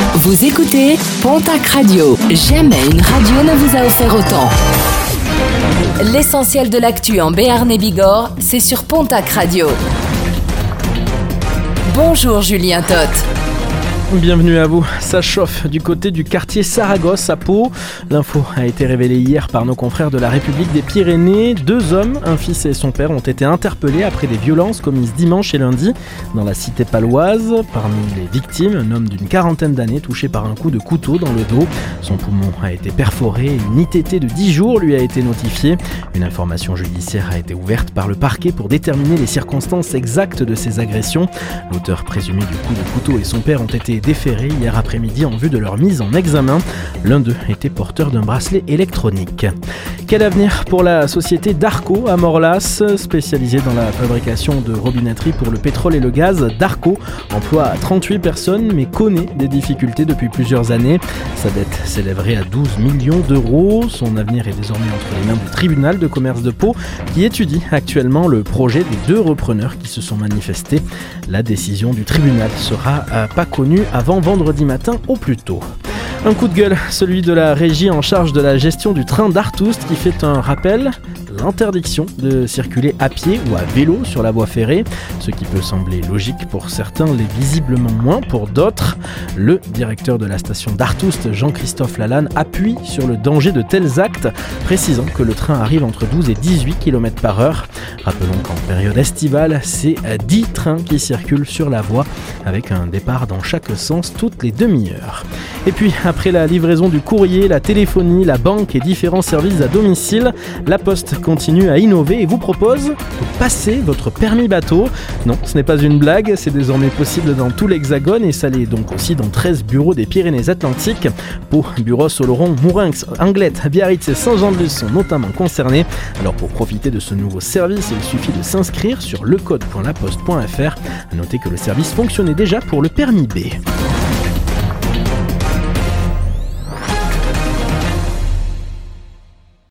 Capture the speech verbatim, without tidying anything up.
Vous écoutez Pontac Radio. Jamais une radio ne vous a offert autant. L'essentiel de l'actu en Béarn et Bigorre, c'est sur Pontac Radio. Bonjour Julien Todt. Bienvenue à vous. Ça chauffe du côté du quartier Saragosse à Pau. L'info a été révélée hier par nos confrères de la République des Pyrénées. Deux hommes, un fils et son père, ont été interpellés après des violences commises dimanche et lundi dans la cité paloise. Parmi les victimes, un homme d'une quarantaine d'années touché par un coup de couteau dans le dos. Son poumon a été perforé et une I T T de dix jours lui a été notifiée. Une information judiciaire a été ouverte par le parquet pour déterminer les circonstances exactes de ces agressions. L'auteur présumé du coup de couteau et son père ont été déférés hier après-midi en vue de leur mise en examen. L'un d'eux était porteur d'un bracelet électronique. Quel avenir pour la société Darco à Morlas, spécialisée dans la fabrication de robinetteries pour le pétrole et le gaz. Darco emploie trente-huit personnes mais connaît des difficultés depuis plusieurs années. Sa dette s'élèverait à douze millions d'euros. Son avenir est désormais entre les mains du tribunal de commerce de Pau qui étudie actuellement le projet des deux repreneurs qui se sont manifestés. La décision du tribunal sera euh, pas connue avant vendredi matin au plus tôt. Un coup de gueule, celui de la régie en charge de la gestion du train d'Artoust qui fait un rappel, l'interdiction de circuler à pied ou à vélo sur la voie ferrée, ce qui peut sembler logique pour certains, l'est visiblement moins pour d'autres. Le directeur de la station d'Artoust, Jean-Christophe Lalanne, appuie sur le danger de tels actes, précisant que le train arrive entre douze et dix-huit kilomètres par heure. Rappelons qu'en période estivale, c'est dix trains qui circulent sur la voie, avec un départ dans chaque sens toutes les demi-heures. Et puis, après la livraison du courrier, la téléphonie, la banque et différents services à domicile, la Poste continue à innover et vous propose de passer votre permis bateau. Non, ce n'est pas une blague, c'est désormais possible dans tout l'Hexagone et ça l'est donc aussi dans treize bureaux des Pyrénées-Atlantiques. Pau, Buros, Oloron, Mourinx, Anglet, Biarritz et Saint-Jean-de-Luz sont notamment concernés. Alors pour profiter de ce nouveau service, il suffit de s'inscrire sur lecode point laposte point f r. À noter que le service fonctionnait déjà pour le permis B.